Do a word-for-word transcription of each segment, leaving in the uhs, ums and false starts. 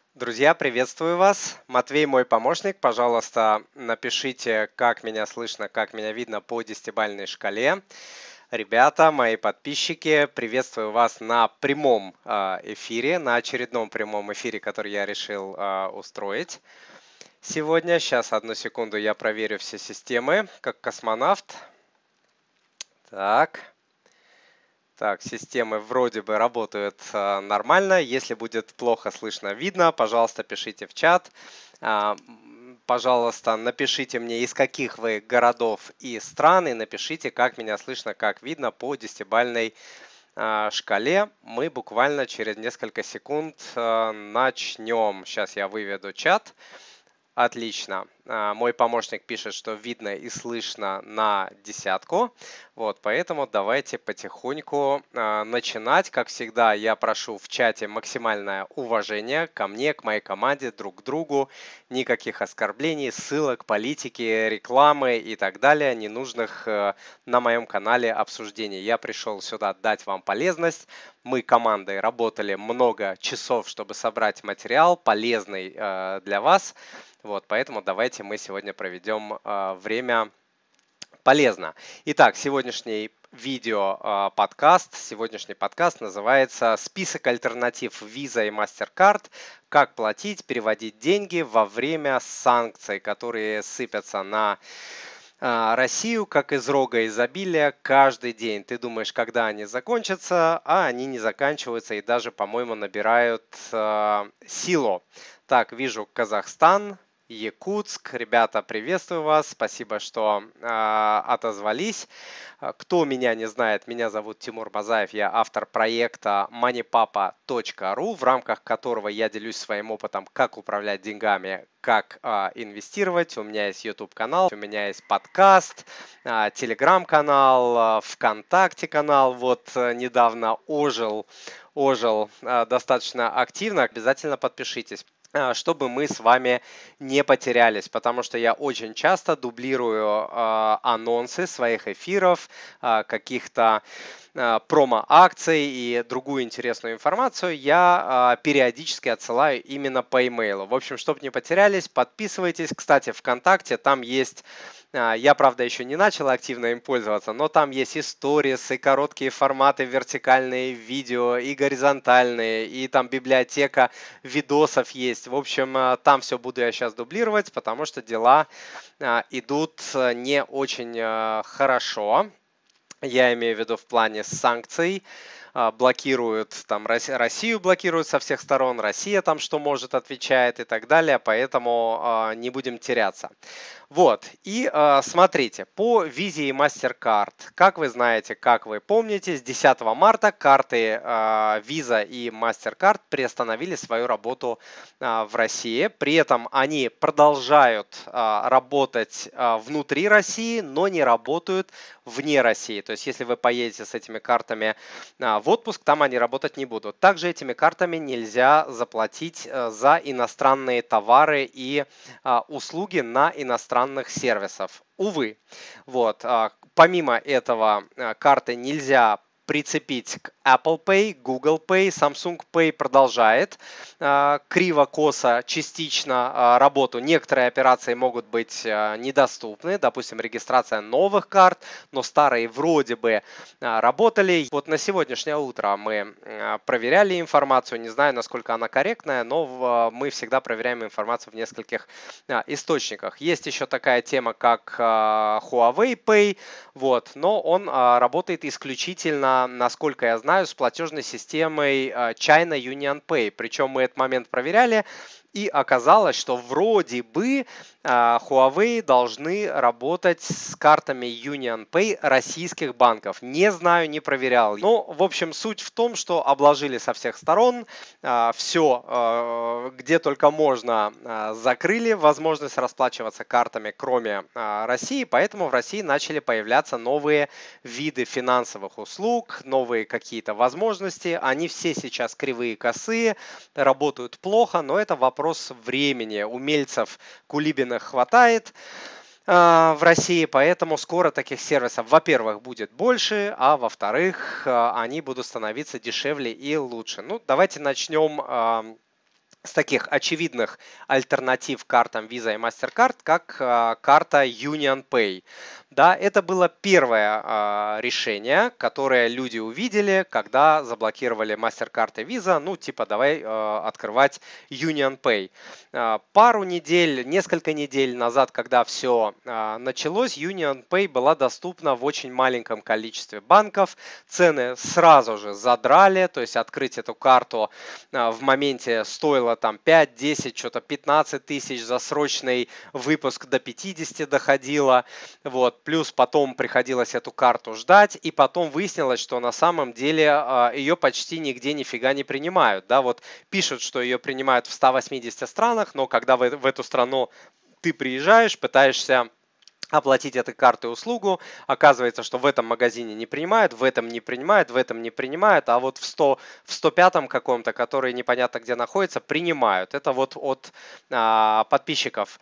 Друзья, приветствую вас. Матвей, мой помощник. Пожалуйста, напишите, как меня слышно, как меня видно по десятибалльной шкале. Ребята, мои подписчики, приветствую вас на прямом а, эфире, на очередном прямом эфире, который я решил а, устроить сегодня. Сейчас, одну секунду, я проверю все системы, как космонавт. Так. Так, системы вроде бы работают а, нормально. Если будет плохо слышно, видно, пожалуйста, пишите в чат. А, м, пожалуйста, напишите мне, из каких вы городов и стран, и напишите, как меня слышно, как видно по десятибалльной а, шкале. Мы буквально через несколько секунд а, начнем. Сейчас я выведу чат. Отлично. А, Мой помощник пишет, что видно и слышно на десятку. Вот, поэтому давайте потихоньку а, начинать. Как всегда, я прошу в чате максимальное уважение ко мне, к моей команде, друг к другу. Никаких оскорблений, ссылок, политики, рекламы и так далее, ненужных э, на моем канале обсуждений. Я пришел сюда дать вам полезность. Мы командой работали много часов, чтобы собрать материал полезный э, для вас. Вот, поэтому давайте мы сегодня проведем э, время полезно. Итак, сегодняшний видео э, подкаст, сегодняшний подкаст называется «Список альтернатив Visa и MasterCard. Как платить, переводить деньги во время санкций, которые сыпятся на а, Россию, как из рога изобилия, каждый день. Ты думаешь, когда они закончатся, а они не заканчиваются и даже, по-моему, набирают а, силу. Так, вижу Казахстан, Якутск. Ребята, приветствую вас. Спасибо, что а, отозвались. А, Кто меня не знает, меня зовут Тимур Базаев. Я автор проекта moneypapa точка ру, в рамках которого я делюсь своим опытом, как управлять деньгами, как а, инвестировать. У меня есть YouTube канал, у меня есть подкаст, а, Telegram канал, а, ВКонтакте канал. Вот а, недавно ожил, ожил а, достаточно активно. Обязательно подпишитесь, а, чтобы мы с вами не потерялись, потому что я очень часто дублирую а, анонсы своих эфиров, а, каких-то а, промо-акций и другую интересную информацию я а, периодически отсылаю именно по имейлу. В общем, чтобы не потерялись, подписывайтесь. Кстати, ВКонтакте там есть, а, я, правда, еще не начал активно им пользоваться, но там есть и сторис, и короткие форматы, вертикальные видео, и горизонтальные, и там библиотека видосов есть. В общем, а, там все буду я сейчас дублировать, потому что дела а, идут а, не очень а, хорошо. Я имею в виду в плане санкций. А, Блокируют там Рос- Россию блокируют со всех сторон, Россия там что может отвечает и так далее, поэтому а, не будем теряться. Вот, и а, смотрите, по Visa и MasterCard, как вы знаете, как вы помните, с десятого марта карты а, Visa и MasterCard приостановили свою работу а, в России. При этом они продолжают а, работать а, внутри России, но не работают вне России. То есть, если вы поедете с этими картами а, в отпуск, там они работать не будут. Также этими картами нельзя заплатить а, за иностранные товары и а, услуги на иностранных сервисах. Увы, вот. а, Помимо этого, а, карты нельзя прицепить к Apple Pay, Google Pay, Samsung Pay продолжает а, криво-косо частично а, работу. Некоторые операции могут быть а, недоступны, допустим, регистрация новых карт, но старые вроде бы а, работали. Вот на сегодняшнее утро мы а, проверяли информацию, не знаю, насколько она корректная, но в- а, мы всегда проверяем информацию в нескольких а, источниках. Есть еще такая тема, как а, Huawei Pay, вот, но он а, работает исключительно, насколько я знаю, с платежной системой а, China Union Pay. Причем мы этот момент проверяли, и оказалось, что вроде бы а, Huawei должны работать с картами Union Pay российских банков. Не знаю, не проверял. Но, в общем, суть в том, что обложили со всех сторон, а, все, а, где только можно, а, закрыли возможность расплачиваться картами, кроме а, России, поэтому в России начали появляться новые виды финансовых услуг, новые какие-то возможности. Они все сейчас кривые, косые, работают плохо, но это вопрос времени. Умельцев Кулибиных хватает а, в России, поэтому скоро таких сервисов, во-первых, будет больше, а во-вторых, а, они будут становиться дешевле и лучше. Ну, давайте начнем а, с таких очевидных альтернатив картам Visa и MasterCard, как а, карта UnionPay. Да, это было первое а, решение, которое люди увидели, когда заблокировали MasterCard и Visa. Ну, типа, давай а, открывать UnionPay. А, пару недель, несколько недель назад, когда все а, началось, UnionPay была доступна в очень маленьком количестве банков. Цены сразу же задрали, то есть открыть эту карту а, в моменте стоило там пять, десять, что-то пятнадцать тысяч, за срочный выпуск до пятидесяти доходило. Вот. Плюс потом приходилось эту карту ждать, и потом выяснилось, что на самом деле а, ее почти нигде нифига не принимают. Да, вот пишут, что ее принимают в ста восьмидесяти странах, но когда в, в эту страну ты приезжаешь, пытаешься оплатить этой картой услугу, оказывается, что в этом магазине не принимают, в этом не принимают, в этом не принимают, а вот в, сто, в сто пятом каком-то, который непонятно где находится, принимают. Это вот от а, подписчиков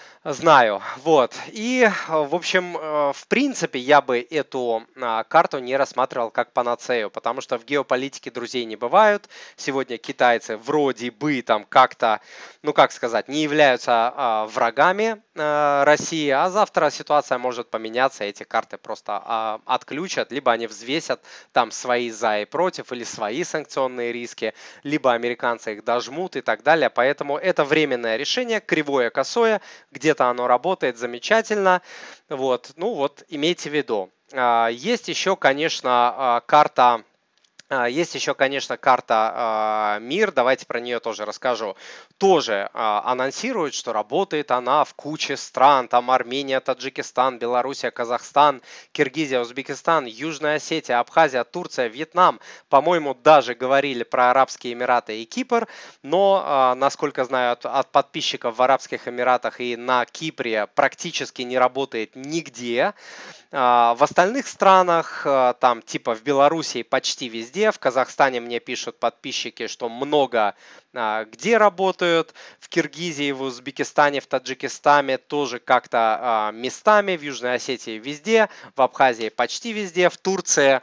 знаю. Вот. И, в общем, э, в принципе, я бы эту а, карту не рассматривал как панацею, потому что в геополитике друзей не бывают. Сегодня китайцы вроде бы там как-то, ну как сказать, не являются а, врагами а, России, а завтра ситуация может поменяться, эти карты просто а, отключат, либо они взвесят там свои за и против, или свои санкционные риски, либо американцы их дожмут и так далее. Поэтому это временное решение, кривое, косое, где где-то оно работает замечательно. Вот. Ну вот, имейте в виду. Есть еще, конечно, карта... Есть еще, конечно, карта МИР, давайте про нее тоже расскажу. Тоже анонсирует, что работает она в куче стран. Там Армения, Таджикистан, Белоруссия, Казахстан, Киргизия, Узбекистан, Южная Осетия, Абхазия, Турция, Вьетнам. По-моему, даже говорили про Арабские Эмираты и Кипр. Но, насколько знаю от, от подписчиков в Арабских Эмиратах и на Кипре, практически не работает нигде. В остальных странах, там типа в Белоруссии почти везде, в Казахстане мне пишут подписчики, что много где работают, в Киргизии, в Узбекистане, в Таджикистане тоже как-то местами, в Южной Осетии везде, в Абхазии почти везде, в Турции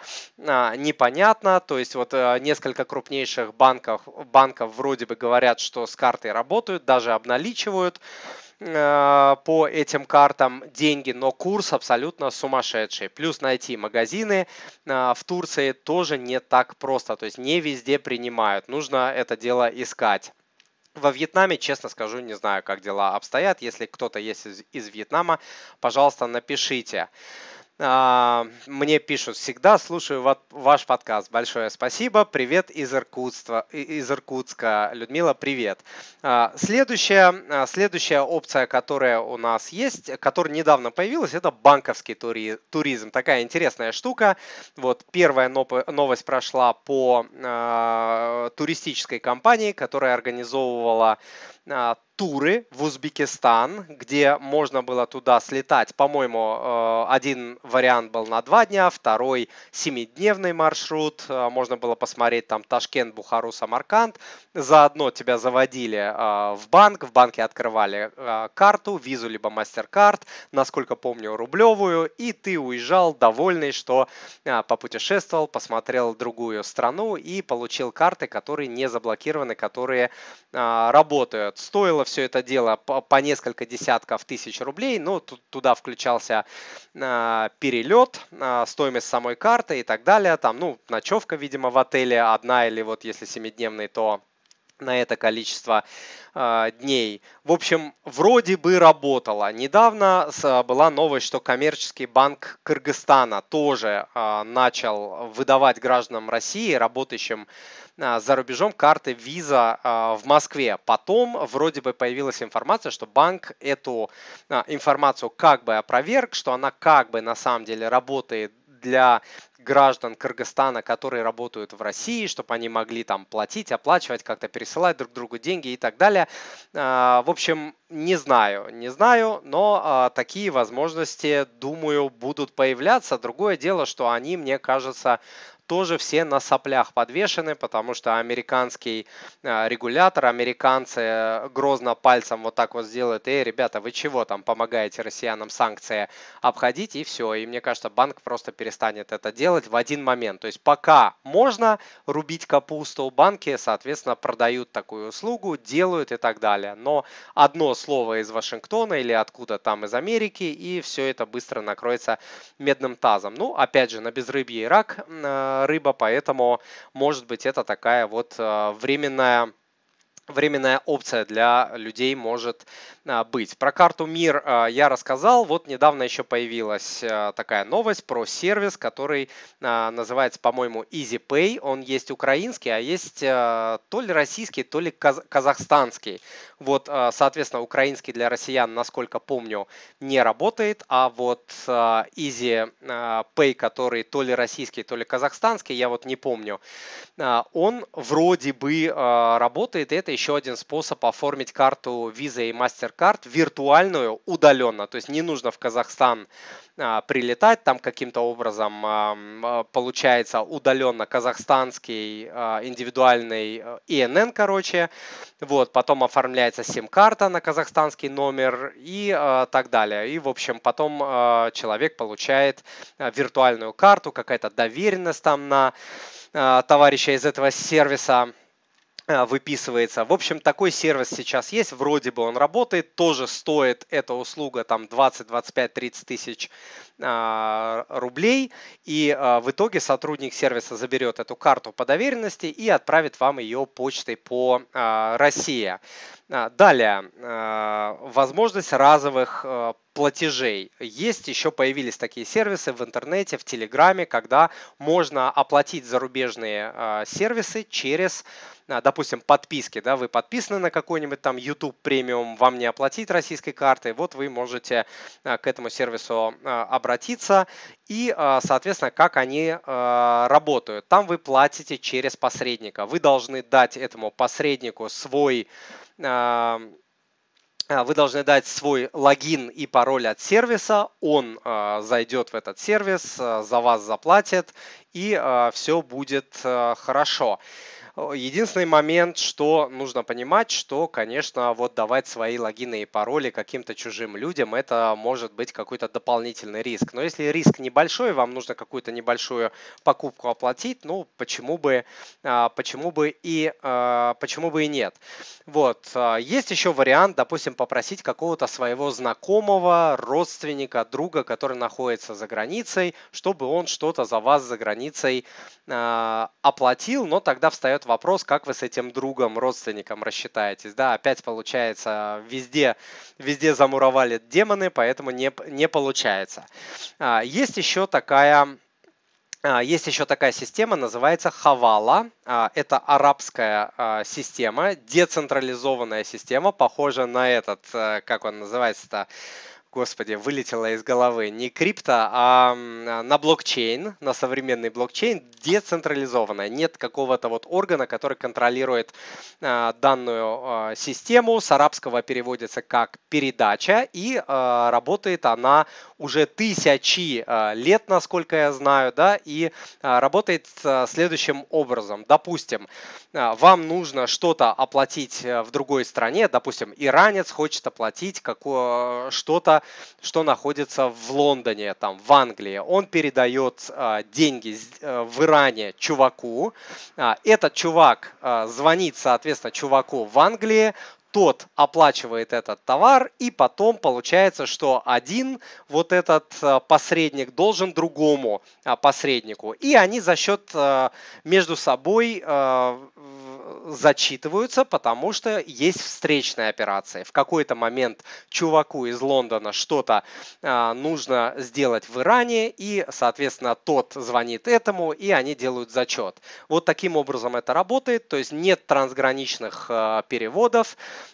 непонятно, то есть вот несколько крупнейших банков, банков вроде бы говорят, что с картой работают, даже обналичивают по этим картам деньги, но курс абсолютно сумасшедший. Плюс найти магазины в Турции тоже не так просто, то есть не везде принимают, нужно это дело искать. Во Вьетнаме, честно скажу, не знаю, как дела обстоят. Если кто-то есть из, из Вьетнама, пожалуйста, напишите. Мне пишут всегда, слушаю ваш подкаст. Большое спасибо. Привет из Иркутска. Из Иркутска. Людмила, привет. Следующая, следующая опция, которая у нас есть, которая недавно появилась, это банковский туризм. Такая интересная штука. Вот первая новость прошла по туристической компании, которая организовывала туры в Узбекистан, где можно было туда слетать. По-моему, один вариант был на два дня, второй семидневный маршрут. Можно было посмотреть там Ташкент, Бухару, Самарканд. Заодно тебя заводили в банк, в банке открывали карту, визу либо MasterCard, насколько помню, рублевую, и ты уезжал довольный, что попутешествовал, посмотрел другую страну и получил карты, которые не заблокированы, которые работают. Стоило все это дело по, по несколько десятков тысяч рублей, но тут, туда включался э, перелет, э, стоимость самой карты и так далее. Там, ну, ночевка, видимо, в отеле одна или вот если семидневный, то на это количество э, дней. В общем, вроде бы работало. Недавно с, была новость, что коммерческий банк Кыргызстана тоже э, начал выдавать гражданам России, работающим э, за рубежом, карты Visa э, в Москве. Потом вроде бы появилась информация, что банк эту э, информацию как бы опроверг, что она как бы на самом деле работает для граждан Кыргызстана, которые работают в России, чтобы они могли там платить, оплачивать, как-то пересылать друг другу деньги и так далее. В общем, не знаю, не знаю, но такие возможности, думаю, будут появляться. Другое дело, что они, мне кажется, тоже все на соплях подвешены, потому что американский а, регулятор, американцы грозно пальцем вот так вот сделают: эй, ребята, вы чего там помогаете россиянам санкции обходить, и все. И мне кажется, банк просто перестанет это делать в один момент. То есть пока можно рубить капусту, банки, соответственно, продают такую услугу, делают и так далее. Но одно слово из Вашингтона или откуда там из Америки, и все это быстро накроется медным тазом. Ну, опять же, на безрыбье и рак э, рыба, поэтому, может быть, это такая вот э, временная временная опция для людей может а, быть. Про карту МИР а, я рассказал. Вот недавно еще появилась а, такая новость про сервис, который а, называется, по-моему, EasyPay. Он есть украинский, а есть а, то ли российский, то ли каз- казахстанский. Вот, а, соответственно, украинский для россиян, насколько помню, не работает, а вот а, EasyPay, который то ли российский, то ли казахстанский, я вот не помню, а, он вроде бы а, работает, и это еще один способ оформить карту Visa и MasterCard виртуальную удаленно. То есть не нужно в Казахстан а, прилетать, там каким-то образом а, а, получается удаленно казахстанский а, индивидуальный а, И Н Н, короче. Вот, потом оформляется сим-карта на казахстанский номер и а, так далее. И, в общем, потом а, человек получает а, виртуальную карту, какая-то доверенность там на а, товарища из этого сервиса а, выписывается. В общем, такой сервис сейчас есть, вроде бы он работает, тоже стоит эта услуга там двадцать, двадцать пять, тридцать тысяч а, рублей, и а, в итоге сотрудник сервиса заберет эту карту по доверенности и отправит вам ее почтой по а, России. А, Далее, а, возможность разовых а, платежей. Есть еще появились такие сервисы в интернете, в Телеграме, когда можно оплатить зарубежные а, сервисы через, а, допустим, подписки. Да, вы подписаны на какой-нибудь там YouTube премиум, вам не оплатить российской картой, вот вы можете а, к этому сервису а, обратиться. И, а, соответственно, как они а, работают. Там вы платите через посредника. Вы должны дать этому посреднику свой а, а, вы должны дать свой логин и пароль от сервиса, он а, зайдет в этот сервис, а, за вас заплатит, и а, все будет а, хорошо. Единственный момент, что нужно понимать, что, конечно, вот давать свои логины и пароли каким-то чужим людям, это может быть какой-то дополнительный риск. Но если риск небольшой, вам нужно какую-то небольшую покупку оплатить, ну, почему бы, а, почему бы и, а, почему бы и нет. Вот. а, Есть еще вариант, допустим, попросить какого-то своего знакомого, родственника, друга, который находится за границей, чтобы он что-то за вас за границей а, оплатил, но тогда встает вопрос, как вы с этим другом, родственником рассчитаетесь. Да, опять получается, везде, везде замуровали демоны, поэтому не, не получается. А, Есть еще такая... а, Есть еще такая система, называется Хавала. А, Это арабская а, система, децентрализованная система, похожа на этот, а, как он называется-то, Господи, вылетело из головы. Не крипто, а м, на блокчейн, на современный блокчейн, децентрализованная. Нет какого-то вот органа, который контролирует а, данную а, систему. С арабского переводится как передача, и а, работает она уже тысячи а, лет, насколько я знаю, да, и а, работает а, следующим образом. Допустим, а, вам нужно что-то оплатить а, в другой стране, допустим, иранец хочет оплатить какое, что-то, что находится в Лондоне, там, в Англии. Он передает а, деньги а, в Иране чуваку. А, этот чувак а, звонит, соответственно, чуваку в Англии. Тот оплачивает этот товар, и потом получается, что один вот этот а, посредник должен другому а, посреднику. И они за счет а, между собой а, зачитываются, потому что есть встречные операции. В какой-то момент чуваку из Лондона что-то а, нужно сделать в Иране, и, соответственно, тот звонит этому, и они делают зачет. Вот таким образом это работает, то есть нет трансграничных а, переводов,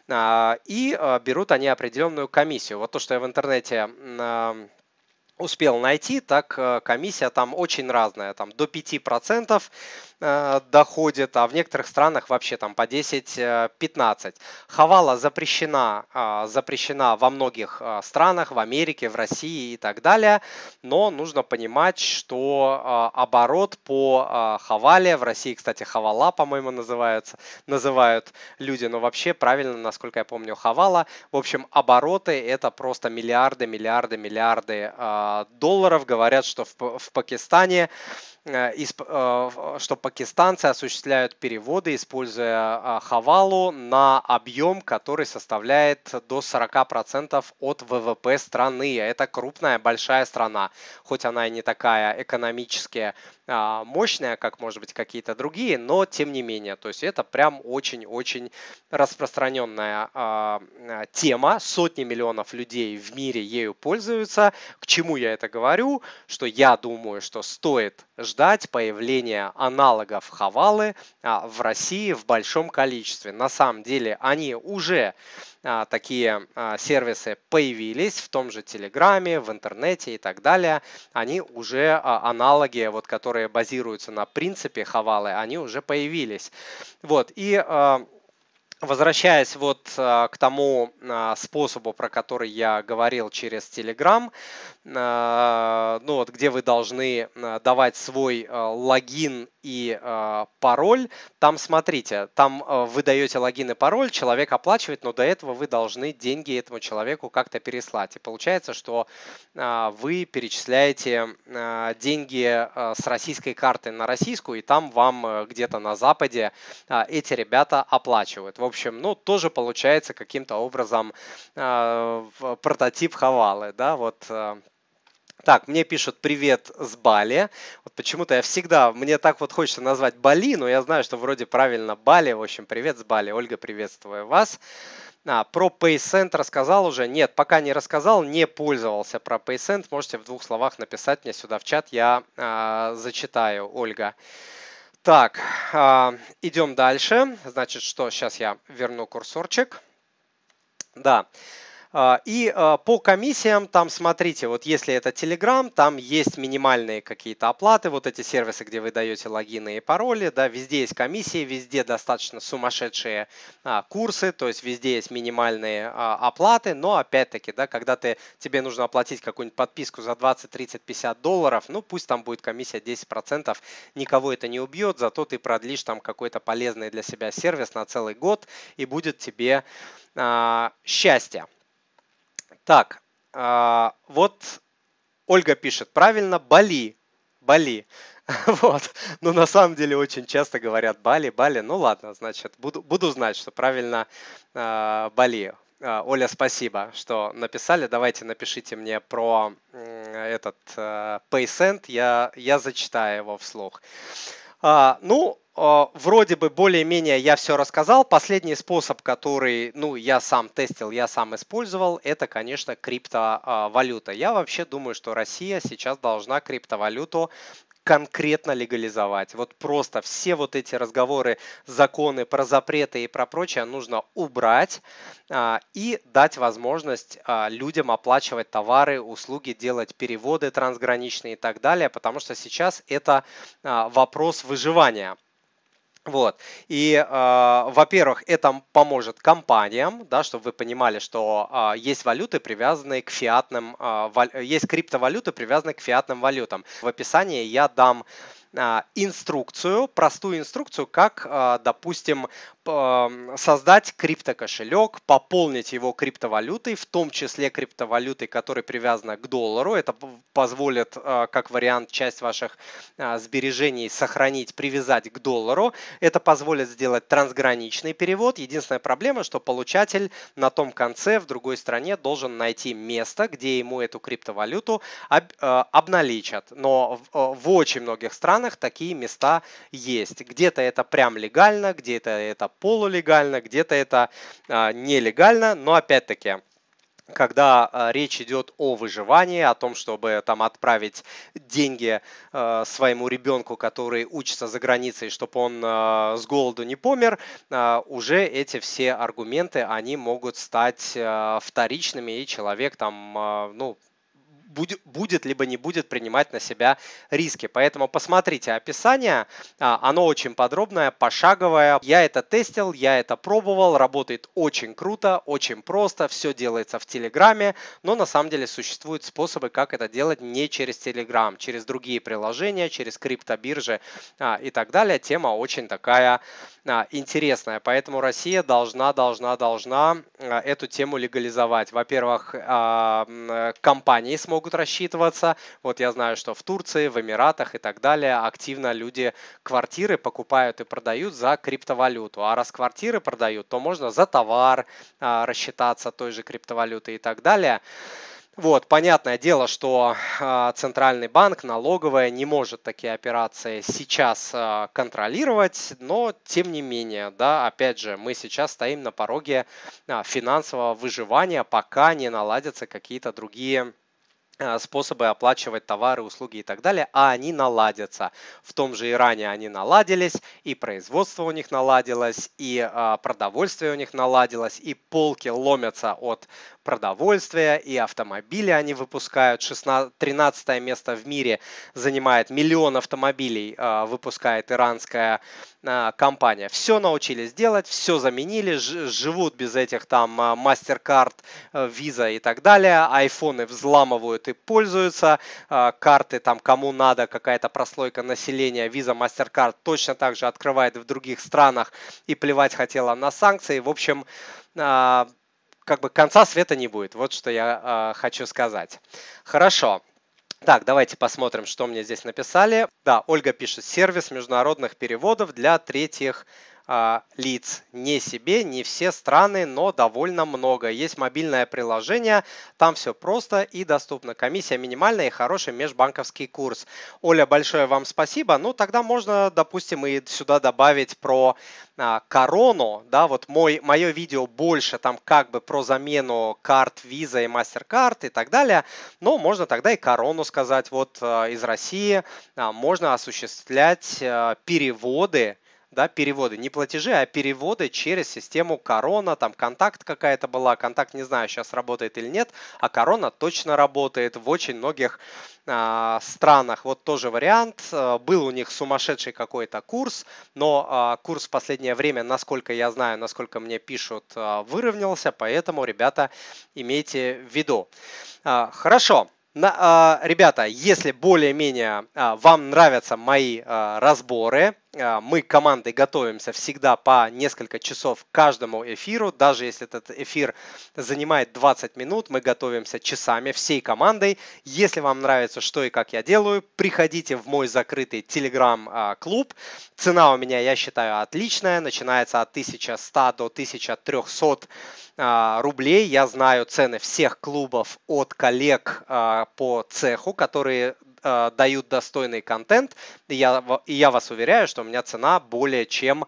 а, и а, берут они определенную комиссию. Вот то, что я в интернете а, успел найти, так э, комиссия там очень разная, там до пяти процентов э, доходит, а в некоторых странах вообще там по десять-пятнадцать. Хавала запрещена, а, запрещена во многих а, странах, в Америке, в России и так далее, но нужно понимать, что а, оборот по а, хавале, в России, кстати, хавала, по-моему, называется, называют люди, но вообще правильно, насколько я помню, хавала. В общем, обороты это просто миллиарды, миллиарды, миллиарды а, долларов. Говорят, что в, в Пакистане э, исп- э, что пакистанцы осуществляют переводы, используя а, хавалу на объем, который составляет до сорок процентов от вэ вэ пэ страны. Это крупная, большая страна, хоть она и не такая экономически а, мощная, как, может быть, какие-то другие, но тем не менее. То есть это прям очень-очень распространенная а, а, тема. Сотни миллионов людей в мире ею пользуются. К чему я это говорю? Что я думаю, что стоит ждать появления аналогов хавалы а, в России в большом количестве. На самом деле они уже а, такие а, сервисы появились в том же Телеграме, в интернете и так далее. Они уже а, аналоги, вот, которые базируются на принципе хавалы, они уже появились. Вот, и а, возвращаясь вот а, к тому а, способу, про который я говорил через Telegram, а, ну вот, где вы должны а, давать свой а, логин и а, пароль, там смотрите, там а, вы даете логин и пароль, человек оплачивает, но до этого вы должны деньги этому человеку как-то переслать. И получается, что а, вы перечисляете а, деньги а, с российской карты на российскую, и там вам а, где-то на Западе а, эти ребята оплачивают. В общем, ну, тоже получается каким-то образом а, в- прототип хавалы, да, вот. а. Так, мне пишут привет с Бали. Вот почему-то я всегда, мне так вот хочется назвать Бали, но я знаю, что вроде правильно Бали. В общем, привет с Бали. Ольга, приветствую вас. А, про PaySend рассказал уже? Нет, пока не рассказал, не пользовался про PaySend. Можете в двух словах написать мне сюда в чат, я а, зачитаю, Ольга. Так, а, идем дальше. Значит, что? Сейчас я верну курсорчик. Да. А, И а, по комиссиям, там смотрите, вот если это Telegram, там есть минимальные какие-то оплаты, вот эти сервисы, где вы даете логины и пароли, да, везде есть комиссии, везде достаточно сумасшедшие а, курсы, то есть везде есть минимальные а, оплаты, но опять-таки, да, когда ты, тебе нужно оплатить какую-нибудь подписку за двадцать, тридцать, пятьдесят долларов, ну пусть там будет комиссия десять процентов, никого это не убьет, зато ты продлишь там какой-то полезный для себя сервис на целый год и будет тебе а, счастье. Так, а, вот Ольга пишет правильно, Бали. Бали. Вот. Но на самом деле очень часто говорят Бали, Бали. Ну ладно, значит, буду, буду знать, что правильно а, Бали. А, Оля, спасибо, что написали. Давайте напишите мне про м, этот а, PaySend. Я, я зачитаю его вслух. А, ну, а, вроде бы более-менее я все рассказал. Последний способ, который, ну, я сам тестил, я сам использовал, это, конечно, криптовалюта. Я вообще думаю, что Россия сейчас должна криптовалюту конкретно легализовать. Вот просто все вот эти разговоры, законы про запреты и про прочее нужно убрать а, и дать возможность а, людям оплачивать товары, услуги, делать переводы трансграничные и так далее, потому что сейчас это а, вопрос выживания. Вот. И, э, во-первых, это поможет компаниям, да, чтобы вы понимали, что э, есть валюты, привязанные к фиатным, э, вал- есть криптовалюты, привязанные к фиатным валютам. В описании я дам э, инструкцию, простую инструкцию, как, э, допустим, п- создать криптокошелек, пополнить его криптовалютой, в том числе криптовалютой, которая привязана к доллару. Это п- позволит, э, как вариант, часть ваших э, сбережений сохранить, привязать к доллару. Это позволит сделать трансграничный перевод. Единственная проблема, что получатель на том конце в другой стране должен найти место, где ему эту криптовалюту об, э, обналичат. Но в, э, в очень многих странах такие места есть. Где-то это прям легально, где-то это полулегально, где-то это э, нелегально. Но опять-таки, когда э, речь идет о выживании, о том, чтобы там отправить деньги э, своему ребенку, который учится за границей, чтобы он э, с голоду не помер, э, уже эти все аргументы, они могут стать э, вторичными, и человек там, э, ну, будет, будет либо не будет принимать на себя риски. Поэтому посмотрите описание, оно очень подробное, пошаговое. Я это тестил, я это пробовал, работает очень круто, очень просто, все делается в Телеграме, но на самом деле существуют способы, как это делать не через Телеграм, через другие приложения, через криптобиржи а, и так далее. Тема очень такая а, интересная, поэтому Россия должна, должна, должна а, эту тему легализовать. Во-первых, а, компании смогут рассчитываться. Вот я знаю, что в Турции, в Эмиратах и так далее активно люди квартиры покупают и продают за криптовалюту. А раз квартиры продают, то можно за товар а, рассчитаться той же криптовалютой и так далее. Вот, понятное дело, что э, центральный банк, налоговая не может такие операции сейчас э, контролировать, но тем не менее, да, опять же, мы сейчас стоим на пороге э, финансового выживания, пока не наладятся какие-то другие способы оплачивать товары, услуги и так далее, а они наладятся. В том же Иране они наладились, и производство у них наладилось, и а, продовольствие у них наладилось, и полки ломятся от продовольствия, и автомобили они выпускают. шестнадцатое, тринадцатое место в мире занимает, миллион автомобилей а, выпускает иранская а, компания. Все научились делать, все заменили, ж, живут без этих там MasterCard, Visa и так далее, айфоны взламывают и пользуются, карты там кому надо, какая-то прослойка населения, Visa, MasterCard точно так же открывает в других странах и плевать хотела на санкции. В общем, как бы конца света не будет, вот что я хочу сказать. Хорошо. Так, давайте посмотрим, что мне здесь написали. Да, Ольга пишет: сервис международных переводов для третьих а, лиц. Не себе, не все страны, но довольно много. Есть мобильное приложение, там все просто и доступно. Комиссия минимальная и хороший межбанковский курс. Оля, большое вам спасибо. Ну, тогда можно, допустим, и сюда добавить про а, корону. Да, вот мой, мое видео больше там как бы про замену карт Visa и MasterCard и так далее. Но можно тогда и корону сказать. Вот а, из России а, можно осуществлять а, переводы. Да, переводы, не платежи, а переводы через систему Корона, там Контакт какая-то была, Контакт не знаю, сейчас работает или нет, а Корона точно работает в очень многих а, странах. Вот тоже вариант, был у них сумасшедший какой-то курс, но а, курс в последнее время, насколько я знаю, насколько мне пишут, а, выровнялся, поэтому, ребята, имейте в виду. А, хорошо. На, э, ребята, если более-менее э, вам нравятся мои э, разборы, э, мы командой готовимся всегда по несколько часов к каждому эфиру. Даже если этот эфир занимает двадцать минут, мы готовимся часами всей командой. Если вам нравится, что и как я делаю, приходите в мой закрытый телеграм-клуб. Цена у меня, я считаю, отличная. Начинается от тысячи ста до тысячи трёхсот рублей. Я знаю цены всех клубов от коллег по цеху, которые дают достойный контент. И я, и я вас уверяю, что у меня цена более чем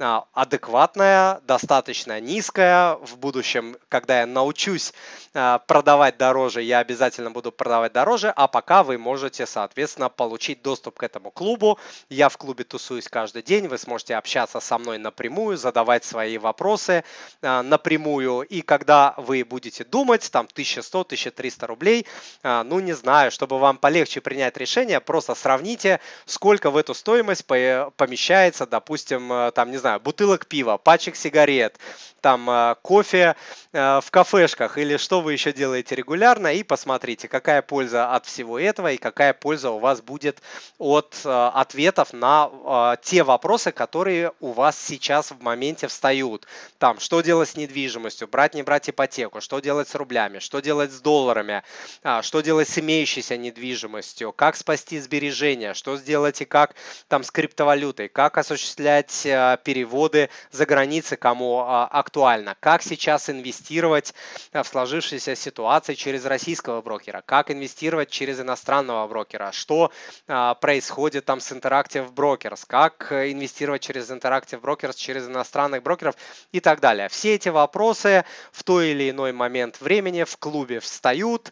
адекватная, достаточно низкая. В будущем, когда я научусь продавать дороже, я обязательно буду продавать дороже. А пока вы можете, соответственно, получить доступ к этому клубу. Я в клубе тусуюсь каждый день. Вы сможете общаться со мной напрямую, задавать свои вопросы напрямую. И когда вы будете думать, там тысяча сто - тысяча триста рублей, ну не знаю, чтобы вам полегче принять решение, просто сравните, сколько в эту стоимость помещается, допустим, там, не знаю, бутылок пива, пачек сигарет, там кофе в кафешках или что вы еще делаете регулярно, и посмотрите, какая польза от всего этого и какая польза у вас будет от ответов на те вопросы, которые у вас сейчас в моменте встают. Там, что делать с недвижимостью, брать, не брать ипотеку, что делать с рублями, что делать с долларами, что делать с имеющейся недвижимостью, как спасти сбережения, что сделать и как там с криптовалютой, как осуществлять переводы за границей, кому актуально, как сейчас инвестировать в сложившейся ситуации через российского брокера, как инвестировать через иностранного брокера, что происходит там с Interactive Brokers, как инвестировать через Interactive Brokers, через иностранных брокеров и так далее. Все эти вопросы в той или иной момент времени в клубе встают,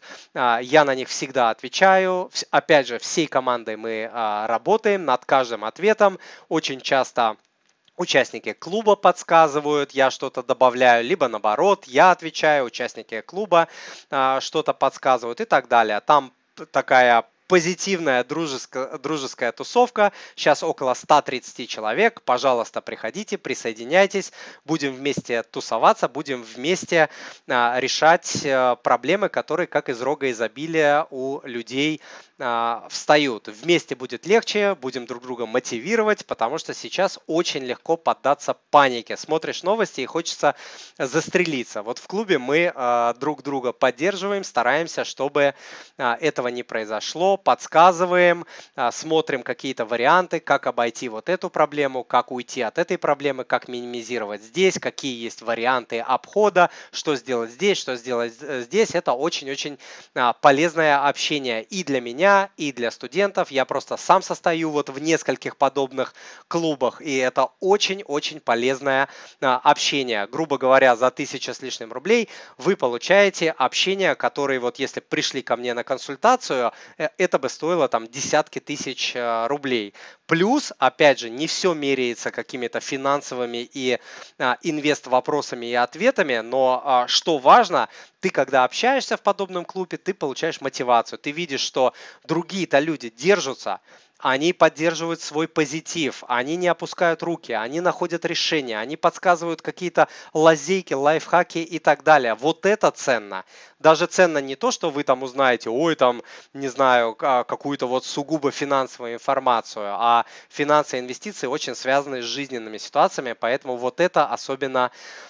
я на них всегда отвечаю. Опять же, всей командой мы работаем над каждым ответом. Очень часто участники клуба подсказывают, я что-то добавляю, либо наоборот, я отвечаю, участники клуба что-то подсказывают и так далее. Там такая позитивная дружеская, дружеская тусовка. Сейчас около ста тридцати человек. Пожалуйста, приходите, присоединяйтесь. Будем вместе тусоваться, будем вместе а, решать а, проблемы, которые как из рога изобилия у людей а, встают. Вместе будет легче, будем друг друга мотивировать, потому что сейчас очень легко поддаться панике. Смотришь новости и хочется застрелиться. Вот в клубе мы а, друг друга поддерживаем, стараемся, чтобы а, этого не произошло, подсказываем, а, смотрим какие-то варианты, как обойти вот эту проблему, как уйти от этой проблемы, как минимизировать здесь, какие есть варианты обхода, что сделать здесь, что сделать здесь. Это очень-очень а, полезное общение и для меня, и для студентов. Я просто сам состою вот в нескольких подобных клубах, и это очень-очень полезное а, общение. Грубо говоря, за тысячу с лишним рублей вы получаете общение, которое вот если пришли ко мне на консультацию, это бы стоило там десятки тысяч а, рублей. Плюс, опять же, не все меряется какими-то финансовыми и а, инвест-вопросами и ответами, но а, что важно, ты когда общаешься в подобном клубе, ты получаешь мотивацию. Ты видишь, что другие-то люди держатся, они поддерживают свой позитив, они не опускают руки, они находят решения, они подсказывают какие-то лазейки, лайфхаки и так далее. Вот это ценно. Даже ценно не то, что вы там узнаете, ой, там, не знаю, какую-то вот сугубо финансовую информацию, а финансы и инвестиции очень связаны с жизненными ситуациями, поэтому вот это особенно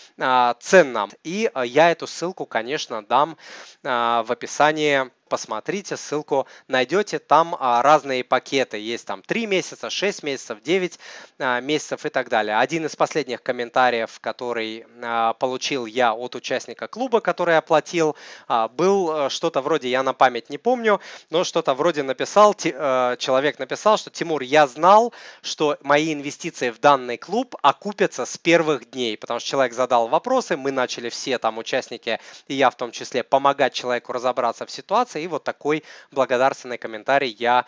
а, ценно. И а, я эту ссылку, конечно, дам а, в описании. Посмотрите, ссылку найдете, там а, разные пакеты, есть там три месяца, шесть месяцев, девять а, месяцев и так далее. Один из последних комментариев, который а, получил я от участника клуба, который оплатил, а, был а, что-то вроде, я на память не помню, но что-то вроде написал, ти, а, человек написал, что Тимур, я знал, что мои инвестиции в данный клуб окупятся с первых дней, потому что человек задал вопросы, мы начали все там участники, и я в том числе, помогать человеку разобраться в ситуации, и вот такой благодарственный комментарий я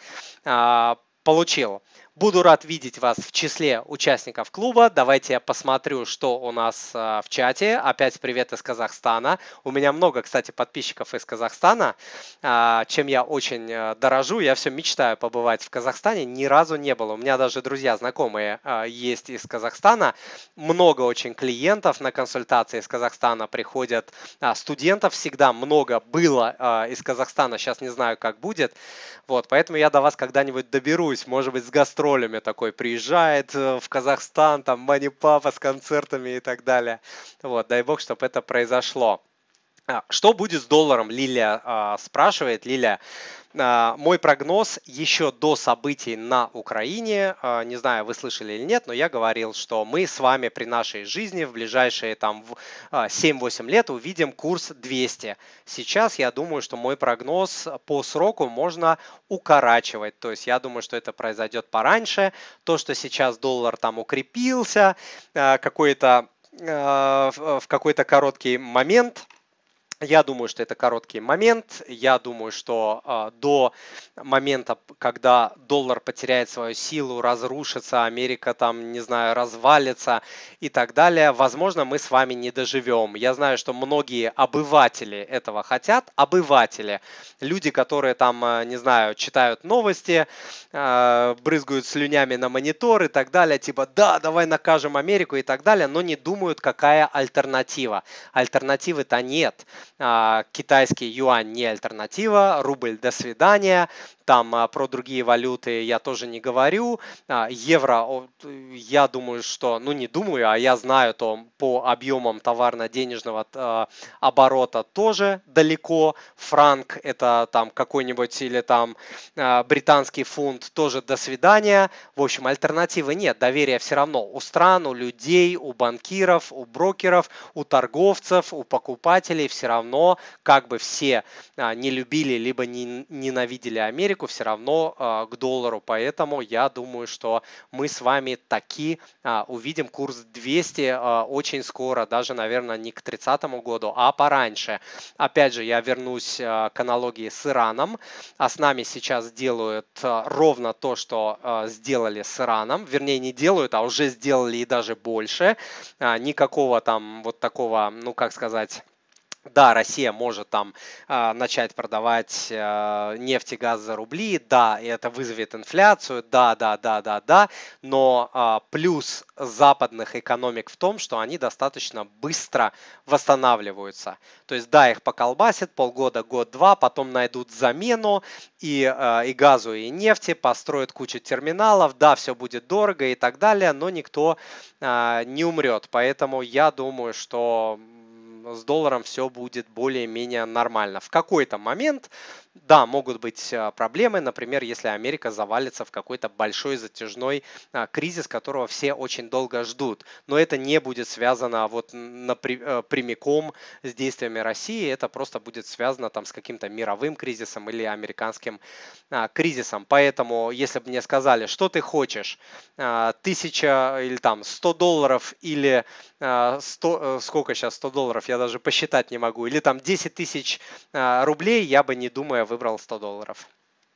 а, получил. Буду рад видеть вас в числе участников клуба. Давайте я посмотрю, что у нас а, в чате. Опять привет из Казахстана. У меня много, кстати, подписчиков из Казахстана, а, чем я очень а, дорожу. Я все мечтаю побывать в Казахстане. Ни разу не было. У меня даже друзья, знакомые а, есть из Казахстана. Много очень клиентов на консультации из Казахстана приходят. А, студентов всегда много было а, из Казахстана. Сейчас не знаю, как будет. Вот, поэтому я до вас когда-нибудь доберусь. Может быть, с гастролями такой приезжает в Казахстан, там Мани Папа с концертами и так далее. Вот, дай бог, чтобы это произошло. Что будет с долларом? Лилия а, спрашивает. Лилия, а, мой прогноз еще до событий на Украине, а, не знаю, вы слышали или нет, но я говорил, что мы с вами при нашей жизни в ближайшие там а, семь-восемь лет увидим курс двести. Сейчас я думаю, что мой прогноз по сроку можно укорачивать. То есть я думаю, что это произойдет пораньше. То, что сейчас доллар там укрепился, а, какой-то, а, в какой-то короткий момент. Я думаю, что это короткий момент. Я думаю, что э, до момента, когда доллар потеряет свою силу, разрушится, Америка там, не знаю, развалится и так далее, возможно, мы с вами не доживем. Я знаю, что многие обыватели этого хотят. Обыватели, люди, которые там, э, не знаю, читают новости, э, брызгают слюнями на монитор и так далее, типа, да, давай накажем Америку и так далее, но не думают, какая альтернатива. Альтернативы-то нет. Китайский юань не альтернатива, рубль до свидания, там про другие валюты я тоже не говорю, евро, я думаю, что, ну не думаю, а я знаю, то по объемам товарно-денежного оборота тоже далеко, франк это там какой-нибудь или там британский фунт тоже до свидания, в общем альтернативы нет, доверия все равно у стран, у людей, у банкиров, у брокеров, у торговцев, у покупателей все равно. Но как бы все а, не любили либо не, ненавидели Америку, все равно а, к доллару. Поэтому я думаю, что мы с вами таки а, увидим курс двести а, очень скоро, даже, наверное, не к тридцатому году, а пораньше. Опять же, я вернусь а, к аналогии с Ираном. А с нами сейчас делают а, ровно то, что а, сделали с Ираном. Вернее, не делают, а уже сделали и даже больше. А, никакого там вот такого, ну как сказать... Да, Россия может там а, начать продавать а, нефть и газ за рубли, да, и это вызовет инфляцию, да, да, да, да, да, но а, плюс западных экономик в том, что они достаточно быстро восстанавливаются. То есть, да, их поколбасит полгода, год-два, потом найдут замену и, а, и газу, и нефти, построят кучу терминалов, да, все будет дорого и так далее, но никто а, не умрет. Поэтому я думаю, что с долларом все будет более-менее нормально. В какой-то момент, да, могут быть а, проблемы, например, если Америка завалится в какой-то большой затяжной а, кризис, которого все очень долго ждут. Но это не будет связано вот напри- э, прямиком с действиями России, это просто будет связано там с каким-то мировым кризисом или американским а, кризисом. Поэтому, если бы мне сказали, что ты хочешь, а, тысяча или там сто долларов или а, сто, э, сколько сейчас сто долларов, я даже посчитать не могу, или там десять тысяч а, рублей, я бы, не думая, выбрал сто долларов.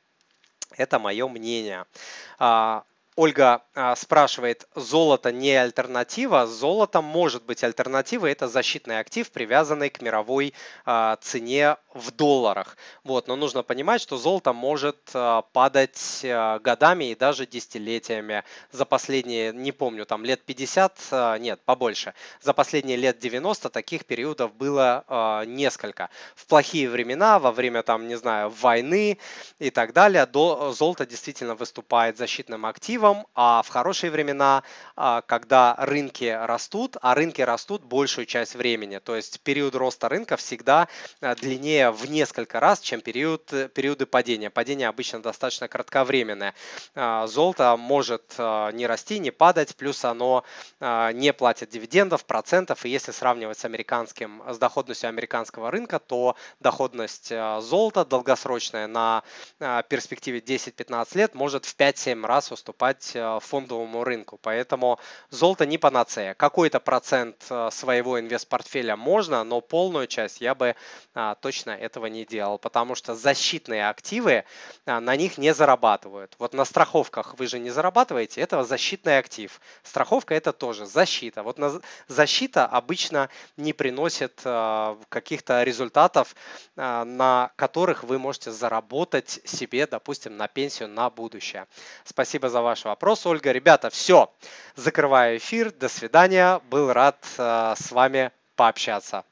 Это мое мнение. А, Ольга а, спрашивает, золото не альтернатива? Золото может быть альтернативой, это защитный актив, привязанный к мировой а, цене в долларах. Вот, но нужно понимать, что золото может а, падать а, годами и даже десятилетиями. За последние, не помню, там лет пятьдесят, а, нет, побольше. За последние лет девяносто таких периодов было а, несколько. В плохие времена, во время там, не знаю, войны и так далее, до, золото действительно выступает защитным активом, а в хорошие времена, а, когда рынки растут, а рынки растут большую часть времени, то есть период роста рынка всегда а, длиннее в несколько раз, чем период, периоды падения. Падение обычно достаточно кратковременное. А, Золото может а, не расти, не падать, плюс оно а, не платит дивидендов, процентов, и если сравнивать с американским, с доходностью американского рынка, то доходность а, золота долгосрочная на а, перспективе десять-пятнадцать лет может в пять-семь раз уступать а, фондовому рынку. Поэтому золото не панацея. Какой-то процент а, своего инвестпортфеля можно, но полную часть я бы а, точно этого не делал, потому что защитные активы а, на них не зарабатывают. Вот на страховках вы же не зарабатываете, это защитный актив. Страховка это тоже защита. Вот на защита обычно не приносит а, каких-то результатов, а, на которых вы можете заработать себе, допустим, на пенсию на будущее. Спасибо за ваш вопрос, Ольга. Ребята, все. Закрываю эфир. До свидания. Был рад а, с вами пообщаться.